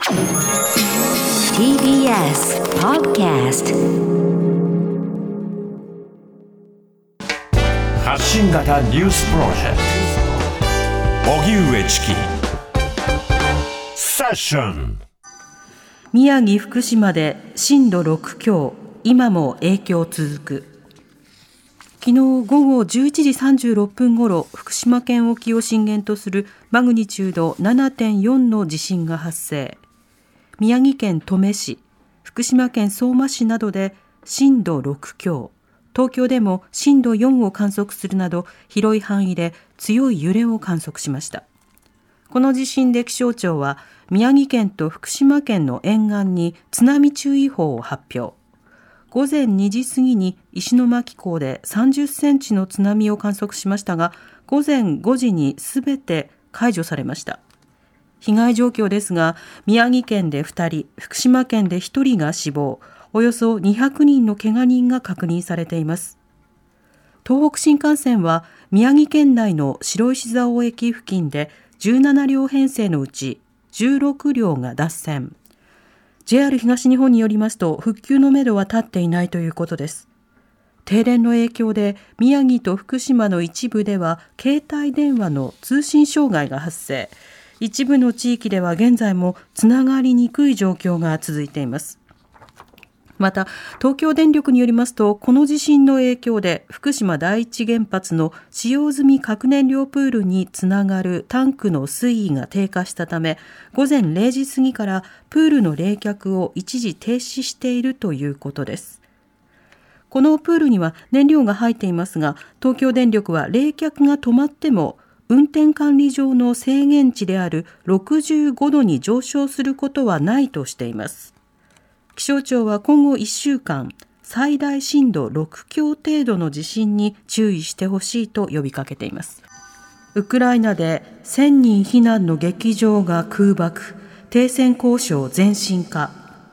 TBS Podcast 発信型ニュースプロジェクト荻上チキセッション。 宮城福島で震度6強、今も影響続く。昨日午後11時36分ごろ、福島県沖を震源とするマグニチュード 7.4 の地震が発生。宮城県登米市、福島県相馬市などで震度6強、東京でも震度4を観測するなど広い範囲で強い揺れを観測しました。この地震で気象庁は宮城県と福島県の沿岸に津波注意報を発表。午前2時過ぎに石巻港で30センチの津波を観測しましたが、午前5時にすべて解除されました。被害状況ですが、宮城県で2人、福島県で1人が死亡、およそ200人の怪我人が確認されています。東北新幹線は宮城県内の白石蔵王駅付近で17両編成のうち16両が脱線。JR 東日本によりますと、復旧のめどは立っていないということです。停電の影響で宮城と福島の一部では携帯電話の通信障害が発生。一部の地域では現在もつながりにくい状況が続いています。また、東京電力によりますと、この地震の影響で福島第一原発の使用済み核燃料プールにつながるタンクの水位が低下したため、午前0時過ぎからプールの冷却を一時停止しているということです。このプールには燃料が入っていますが、東京電力は冷却が止まっても運転管理上の制限値である65度に上昇することはないとしています。気象庁は今後1週間、最大震度6強程度の地震に注意してほしいと呼びかけています。ウクライナで1000人避難の劇場が空爆、停戦交渉前進か。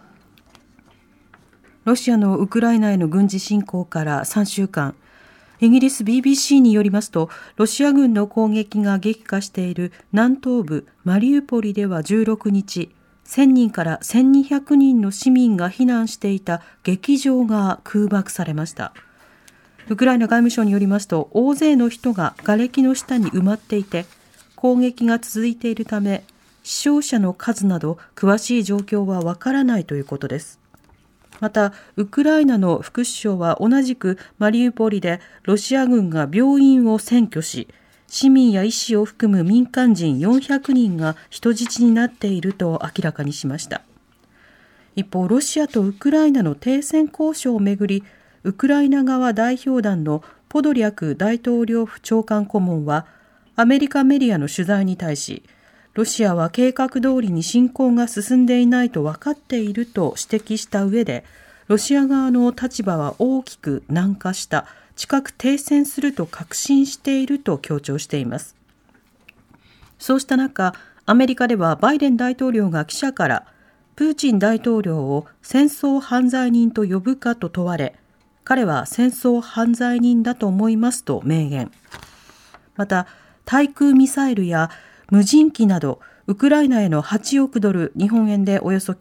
ロシアのウクライナへの軍事侵攻から3週間、イギリス BBC によりますと、ロシア軍の攻撃が激化している南東部マリウポリでは16日、1000人から1200人の市民が避難していた劇場が空爆されました。ウクライナ外務省によりますと、大勢の人が瓦礫の下に埋まっていて、攻撃が続いているため、死傷者の数など詳しい状況はわからないということです。また、ウクライナの副首相は同じくマリウポリでロシア軍が病院を占拠し、市民や医師を含む民間人400人が人質になっていると明らかにしました。一方、ロシアとウクライナの停戦交渉をめぐり、ウクライナ側代表団のポドリャク大統領府長官顧問は、アメリカメディアの取材に対し、ロシアは計画通りに侵攻が進んでいないと分かっていると指摘した上で、ロシア側の立場は大きく軟化した、近く停戦すると確信していると強調しています。そうした中、アメリカではバイデン大統領が記者から、プーチン大統領を戦争犯罪人と呼ぶかと問われ、彼は戦争犯罪人だと思いますと明言。また、対空ミサイルや無人機などウクライナへの8億ドル、日本円でおよそ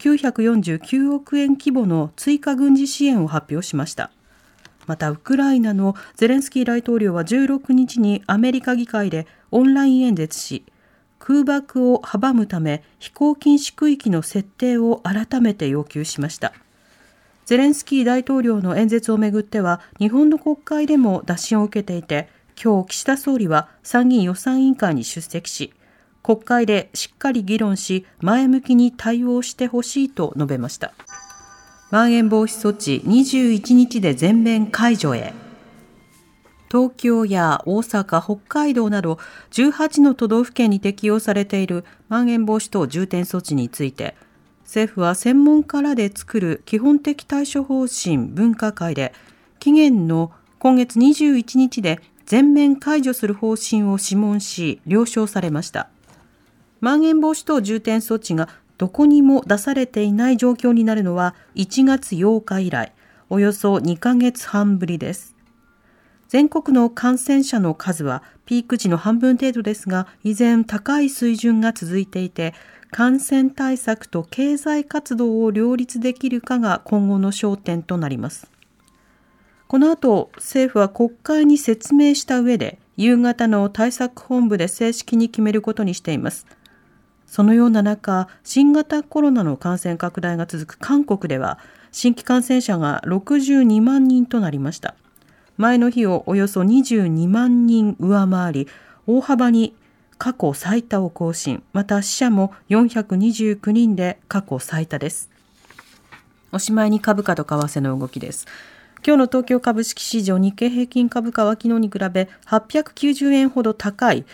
949億円規模の追加軍事支援を発表しました。また、ウクライナのゼレンスキー大統領は16日にアメリカ議会でオンライン演説し、空爆を阻むため飛行禁止区域の設定を改めて要求しました。ゼレンスキー大統領の演説をめぐっては、日本の国会でも打診を受けていて、今日岸田総理は参議院予算委員会に出席し、国会でしっかり議論し、前向きに対応してほしいと述べました。まん延防止措置21日で全面解除へ。東京や大阪、北海道など18の都道府県に適用されているまん延防止等重点措置について、政府は専門家らで作る基本的対処方針分科会で、期限の今月21日で全面解除する方針を諮問し、了承されました。まん延防止等重点措置がどこにも出されていない状況になるのは1月8日以来、およそ2ヶ月半ぶりです。全国の感染者の数はピーク時の半分程度ですが、依然高い水準が続いていて、 感染対策と経済活動を両立できるかが今後の焦点となります。この後、政府は国会に説明した上で、夕方の対策本部で正式に決めることにしています。そのような中、新型コロナの感染拡大が続く韓国では、新規感染者が62万人となりました。前の日をおよそ22万人上回り、大幅に過去最多を更新。また死者も429人で過去最多です。おしまいに株価と為替の動きです。今日の東京株式市場、日経平均株価は昨日に比べ890円ほど高い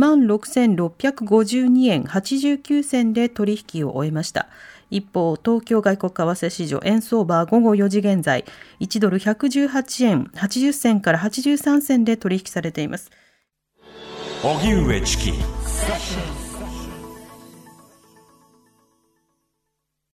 26,652 円89銭で取引を終えました。一方、東京外国為替市場、円相場午後4時現在、1ドル118円80銭から83銭で取引されています。 荻上チキ